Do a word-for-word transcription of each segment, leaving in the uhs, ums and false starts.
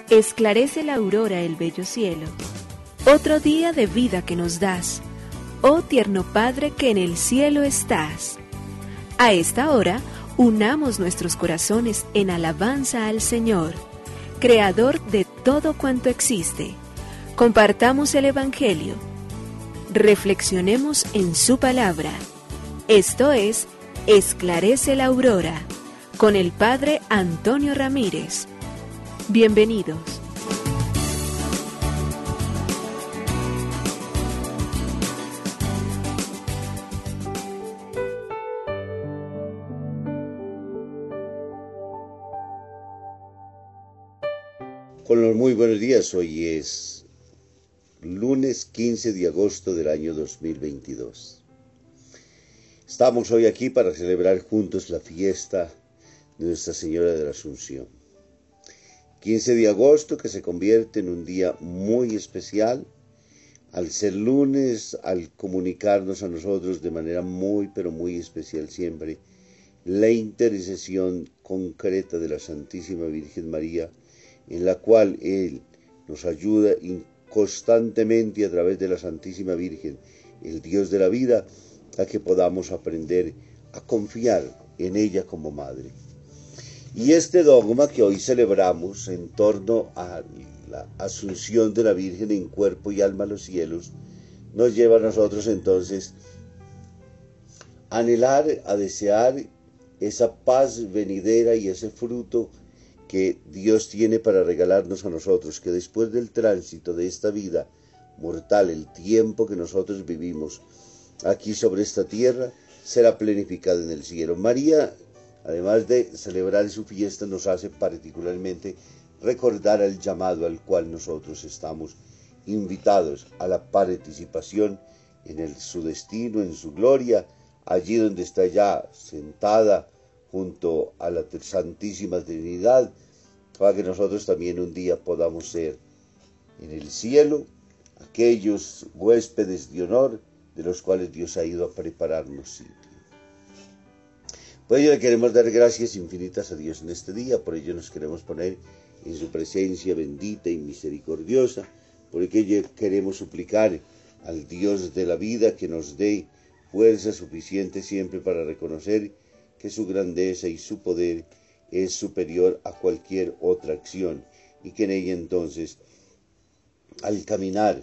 Esclarece la aurora el bello cielo. Otro día de vida que nos das, oh tierno Padre que en el cielo estás. A esta hora, unamos nuestros corazones en alabanza al Señor, Creador de todo cuanto existe. Compartamos el Evangelio. Reflexionemos en su palabra. Esto es, Esclarece la aurora, con el Padre Antonio Ramírez. Bienvenidos. Con los muy buenos días, hoy es lunes quince de agosto del año dos mil veintidós. Estamos hoy aquí para celebrar juntos la fiesta de Nuestra Señora de la Asunción. quince de agosto, que se convierte en un día muy especial, al ser lunes, al comunicarnos a nosotros de manera muy, pero muy especial siempre, la intercesión concreta de la Santísima Virgen María, en la cual Él nos ayuda constantemente a través de la Santísima Virgen, el Dios de la vida, a que podamos aprender a confiar en ella como Madre. Y este dogma que hoy celebramos en torno a la asunción de la Virgen en cuerpo y alma a los cielos, nos lleva a nosotros entonces a anhelar, a desear esa paz venidera y ese fruto que Dios tiene para regalarnos a nosotros, que después del tránsito de esta vida mortal, el tiempo que nosotros vivimos aquí sobre esta tierra, será planificado en el cielo. María, además de celebrar su fiesta, nos hace particularmente recordar el llamado al cual nosotros estamos invitados a la participación en el, su destino, en su gloria, allí donde está ya sentada junto a la Santísima Trinidad, para que nosotros también un día podamos ser en el cielo aquellos huéspedes de honor de los cuales Dios ha ido a prepararnos sitio. Por ello le queremos dar gracias infinitas a Dios en este día, por ello nos queremos poner en su presencia bendita y misericordiosa, por ello queremos suplicar al Dios de la vida que nos dé fuerza suficiente siempre para reconocer que su grandeza y su poder es superior a cualquier otra acción, y que en ella entonces, al caminar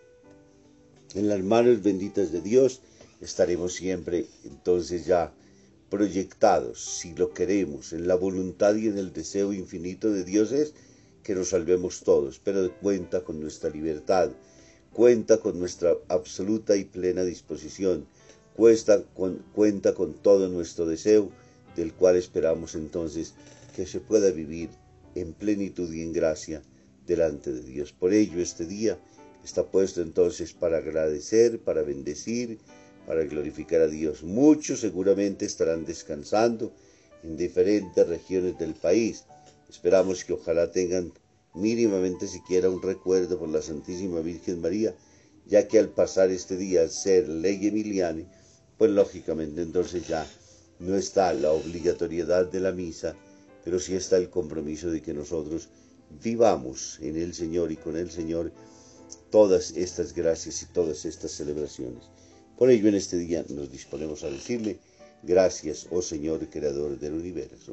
en las manos benditas de Dios, estaremos siempre entonces ya proyectados, si lo queremos, en la voluntad y en el deseo infinito de Dios es que nos salvemos todos, pero cuenta con nuestra libertad, cuenta con nuestra absoluta y plena disposición, cuenta con, cuenta con todo nuestro deseo, del cual esperamos entonces que se pueda vivir en plenitud y en gracia delante de Dios. Por ello este día está puesto entonces para agradecer, para bendecir, para glorificar a Dios. Muchos seguramente estarán descansando en diferentes regiones del país. Esperamos que ojalá tengan mínimamente siquiera un recuerdo por la Santísima Virgen María, ya que al pasar este día al ser ley Emiliani, pues lógicamente entonces ya no está la obligatoriedad de la misa, pero sí está el compromiso de que nosotros vivamos en el Señor y con el Señor todas estas gracias y todas estas celebraciones. Por ello en este día nos disponemos a decirle gracias, oh Señor, Creador del universo.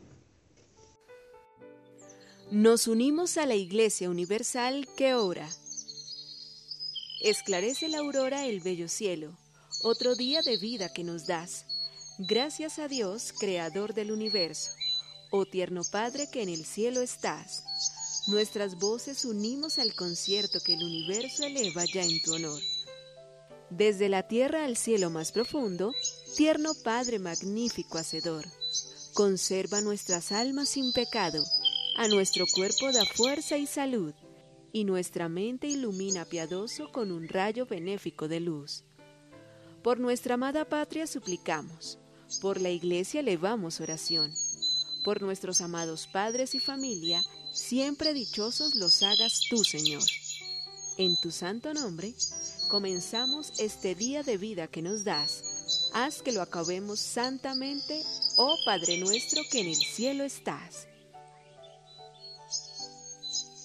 Nos unimos a la Iglesia Universal que ora. Esclarece la aurora el bello cielo, otro día de vida que nos das. Gracias a Dios, Creador del universo, oh tierno Padre que en el cielo estás. Nuestras voces unimos al concierto que el universo eleva ya en tu honor. Desde la tierra al cielo más profundo, tierno Padre magnífico hacedor, conserva nuestras almas sin pecado, a nuestro cuerpo da fuerza y salud, y nuestra mente ilumina piadoso con un rayo benéfico de luz. Por nuestra amada patria suplicamos, por la Iglesia elevamos oración, por nuestros amados padres y familia, siempre dichosos los hagas tú, Señor. En tu santo nombre, comenzamos este día de vida que nos das. Haz que lo acabemos santamente, oh Padre nuestro que en el cielo estás.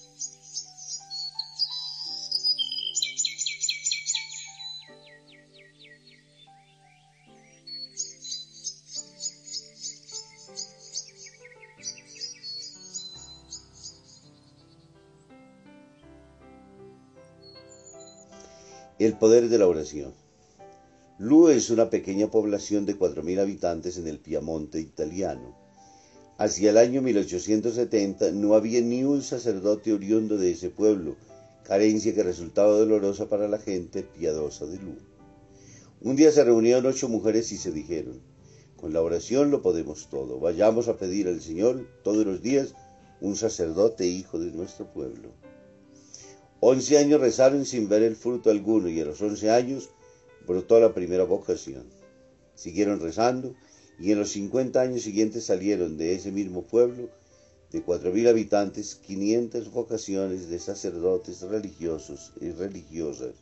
El poder de la oración. Lu es una pequeña población de cuatro mil habitantes en el Piamonte italiano. Hacia el año mil ochocientos setenta no había ni un sacerdote oriundo de ese pueblo, carencia que resultaba dolorosa para la gente piadosa de Lu. Un día se reunieron ocho mujeres y se dijeron: con la oración lo podemos todo, vayamos a pedir al Señor todos los días un sacerdote hijo de nuestro pueblo. Once años rezaron sin ver el fruto alguno y a los once años brotó la primera vocación. Siguieron rezando y en los cincuenta años siguientes salieron de ese mismo pueblo, de cuatro mil habitantes, quinientas vocaciones de sacerdotes religiosos y religiosas.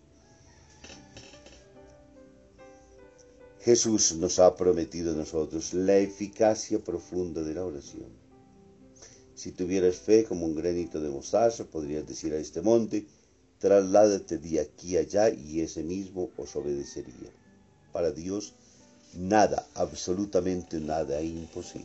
Jesús nos ha prometido a nosotros la eficacia profunda de la oración. Si tuvieras fe como un granito de mostaza, podrías decir a este monte: trasládate de aquí a allá, y ese mismo os obedecería. Para Dios, nada, absolutamente nada es imposible.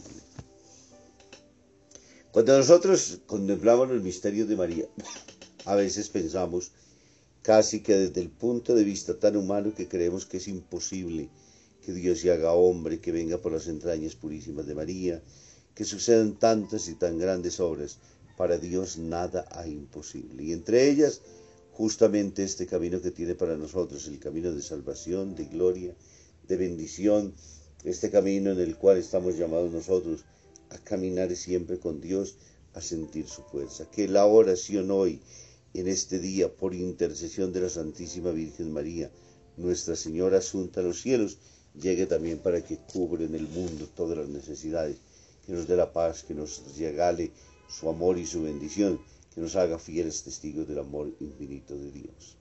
Cuando nosotros contemplamos el misterio de María, a veces pensamos casi que desde el punto de vista tan humano que creemos que es imposible que Dios se haga hombre, que venga por las entrañas purísimas de María, que sucedan tantas y tan grandes obras. Para Dios nada hay imposible. Y entre ellas, justamente este camino que tiene para nosotros, el camino de salvación, de gloria, de bendición, este camino en el cual estamos llamados nosotros a caminar siempre con Dios, a sentir su fuerza. Que la oración hoy, en este día, por intercesión de la Santísima Virgen María, Nuestra Señora Asunta a los cielos, llegue también para que cubra en el mundo todas las necesidades, que nos dé la paz, que nos regale su amor y su bendición, que nos haga fieles testigos del amor infinito de Dios.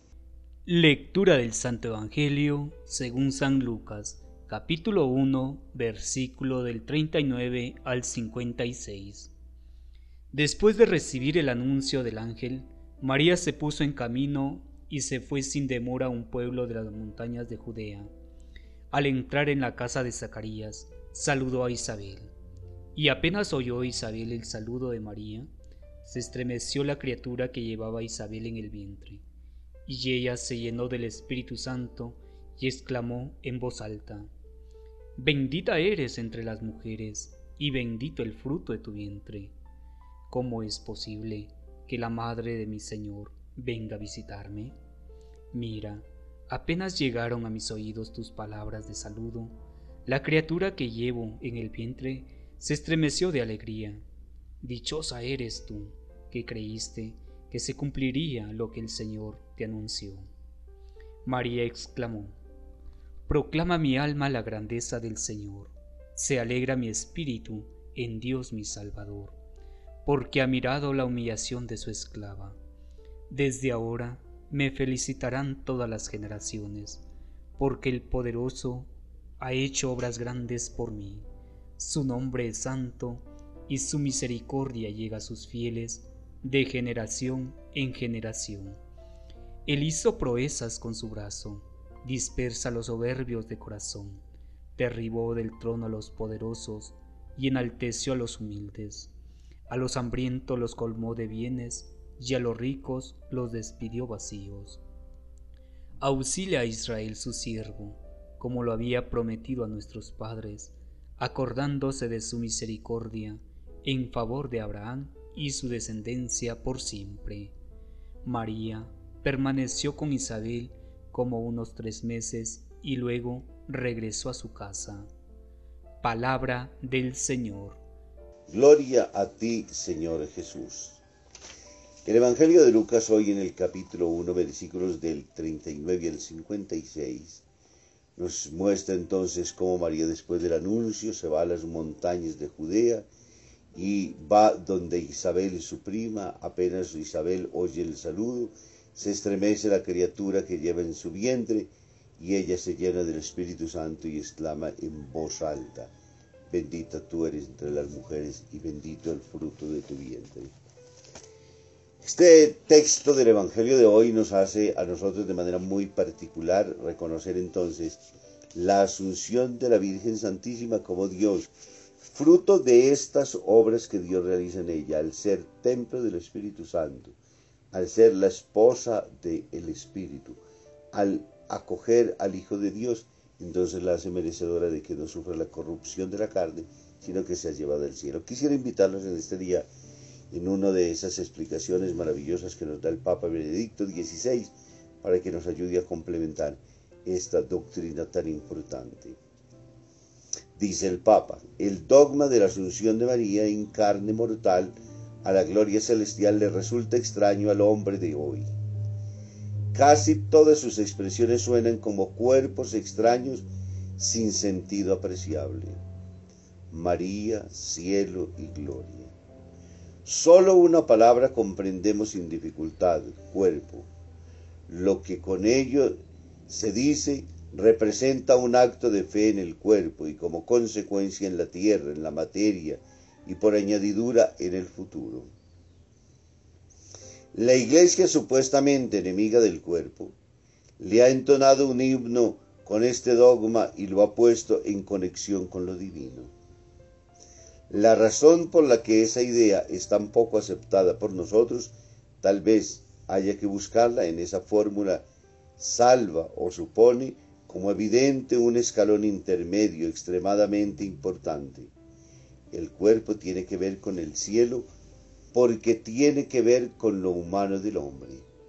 Lectura del Santo Evangelio según San Lucas, capítulo uno, versículo del treinta y nueve al cincuenta y seis. Después de recibir el anuncio del ángel, María se puso en camino y se fue sin demora a un pueblo de las montañas de Judea. Al entrar en la casa de Zacarías, saludó a Isabel. Y apenas oyó Isabel el saludo de María, se estremeció la criatura que llevaba a Isabel en el vientre, y ella se llenó del Espíritu Santo y exclamó en voz alta: Bendita eres entre las mujeres, y bendito el fruto de tu vientre. ¿Cómo es posible que la madre de mi Señor venga a visitarme? Mira, apenas llegaron a mis oídos tus palabras de saludo, la criatura que llevo en el vientre se estremeció de alegría. Dichosa eres tú, que creíste que se cumpliría lo que el Señor te anunció. María exclamó: Proclama mi alma la grandeza del Señor, se alegra mi espíritu en Dios mi Salvador, porque ha mirado la humillación de su esclava. Desde ahora me felicitarán todas las generaciones, porque el Poderoso ha hecho obras grandes por mí. Su nombre es santo, y su misericordia llega a sus fieles de generación en generación. Él hizo proezas con su brazo, dispersa a los soberbios de corazón, derribó del trono a los poderosos y enalteció a los humildes. A los hambrientos los colmó de bienes, y a los ricos los despidió vacíos. Auxilia a Israel su siervo, como lo había prometido a nuestros padres, acordándose de su misericordia en favor de Abraham y su descendencia por siempre. María permaneció con Isabel como unos tres meses y luego regresó a su casa. Palabra del Señor. Gloria a ti, Señor Jesús. El Evangelio de Lucas hoy en el capítulo uno, versículos del treinta y nueve al cincuenta y seis, nos muestra entonces cómo María, después del anuncio, se va a las montañas de Judea y va donde Isabel, su prima. Apenas Isabel oye el saludo, se estremece la criatura que lleva en su vientre y ella se llena del Espíritu Santo y exclama en voz alta: Bendita tú eres entre las mujeres y bendito el fruto de tu vientre. Este texto del Evangelio de hoy nos hace a nosotros de manera muy particular reconocer entonces la asunción de la Virgen Santísima como Dios, fruto de estas obras que Dios realiza en ella, al ser templo del Espíritu Santo, al ser la esposa del Espíritu, al acoger al Hijo de Dios, entonces la hace merecedora de que no sufra la corrupción de la carne, sino que sea llevada al cielo. Quisiera invitarlos en este día, en una de esas explicaciones maravillosas que nos da el Papa Benedicto dieciséis, para que nos ayude a complementar esta doctrina tan importante. Dice el Papa: el dogma de la Asunción de María en carne mortal a la gloria celestial le resulta extraño al hombre de hoy. Casi todas sus expresiones suenan como cuerpos extraños sin sentido apreciable. María, cielo y gloria. Solo una palabra comprendemos sin dificultad: cuerpo. Lo que con ello se dice representa un acto de fe en el cuerpo y como consecuencia en la tierra, en la materia y por añadidura en el futuro. La Iglesia, supuestamente enemiga del cuerpo, le ha entonado un himno con este dogma y lo ha puesto en conexión con lo divino. La razón por la que esa idea es tan poco aceptada por nosotros, tal vez haya que buscarla en esa fórmula salva o supone como evidente un escalón intermedio extremadamente importante. El cuerpo tiene que ver con el cielo porque tiene que ver con lo humano del hombre.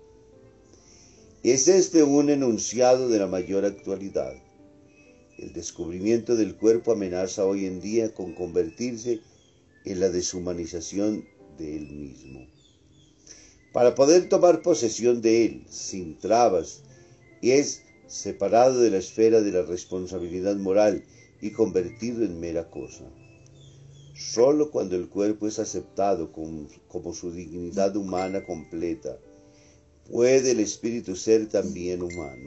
Es este un enunciado de la mayor actualidad. El descubrimiento del cuerpo amenaza hoy en día con convertirse en la deshumanización de él mismo. Para poder tomar posesión de él sin trabas, es separado de la esfera de la responsabilidad moral y convertido en mera cosa. Solo cuando el cuerpo es aceptado como, como su dignidad humana completa, puede el espíritu ser también humano.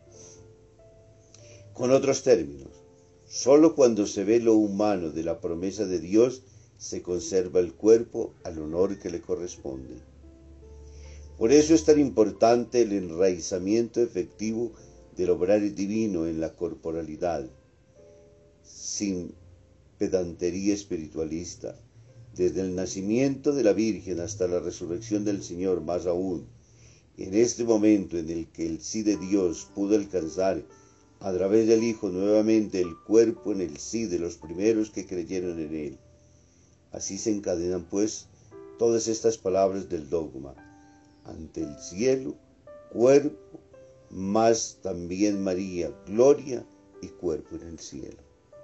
Con otros términos, solo cuando se ve lo humano de la promesa de Dios, se conserva el cuerpo al honor que le corresponde. Por eso es tan importante el enraizamiento efectivo del obrar divino en la corporalidad, sin pedantería espiritualista, desde el nacimiento de la Virgen hasta la resurrección del Señor, más aún, en este momento en el que el sí de Dios pudo alcanzar a través del Hijo nuevamente el cuerpo en el sí de los primeros que creyeron en él. Así se encadenan pues todas estas palabras del dogma: ante el cielo, cuerpo, más también María, gloria y cuerpo en el cielo.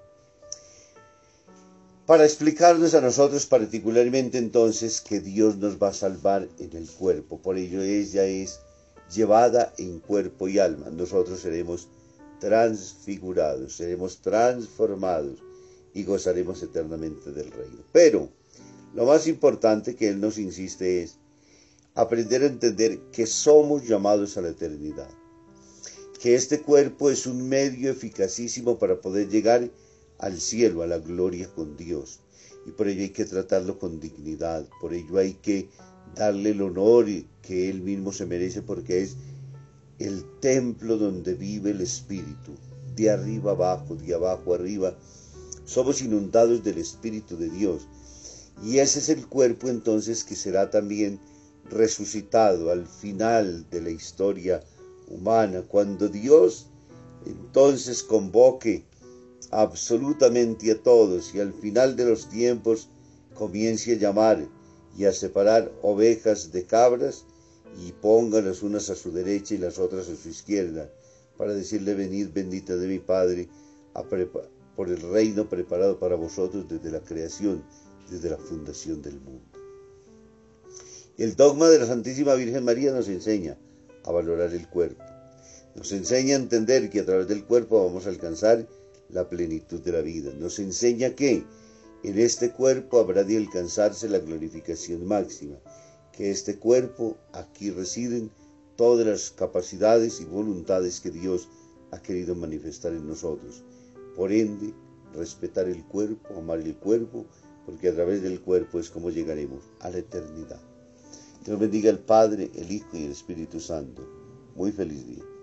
Para explicarnos a nosotros particularmente entonces que Dios nos va a salvar en el cuerpo, por ello ella es llevada en cuerpo y alma. Nosotros seremos transfigurados, seremos transformados y gozaremos eternamente del reino. Pero lo más importante que Él nos insiste es aprender a entender que somos llamados a la eternidad, que este cuerpo es un medio eficacísimo para poder llegar al cielo, a la gloria con Dios, y por ello hay que tratarlo con dignidad, por ello hay que darle el honor que Él mismo se merece, porque es el templo donde vive el Espíritu, de arriba abajo, de abajo arriba. Somos inundados del Espíritu de Dios, y ese es el cuerpo entonces que será también resucitado al final de la historia humana, cuando Dios entonces convoque absolutamente a todos y al final de los tiempos comience a llamar y a separar ovejas de cabras y ponga las unas a su derecha y las otras a su izquierda, para decirle: venid bendita de mi Padre a por el reino preparado para vosotros desde la creación, desde la fundación del mundo. El dogma de la Santísima Virgen María nos enseña a valorar el cuerpo, nos enseña a entender que a través del cuerpo vamos a alcanzar la plenitud de la vida, nos enseña que en este cuerpo habrá de alcanzarse la glorificación máxima, que este cuerpo, aquí residen todas las capacidades y voluntades que Dios ha querido manifestar en nosotros. Por ende, respetar el cuerpo, amar el cuerpo, porque a través del cuerpo es como llegaremos a la eternidad. Dios bendiga al Padre, el Hijo y el Espíritu Santo. Muy feliz día.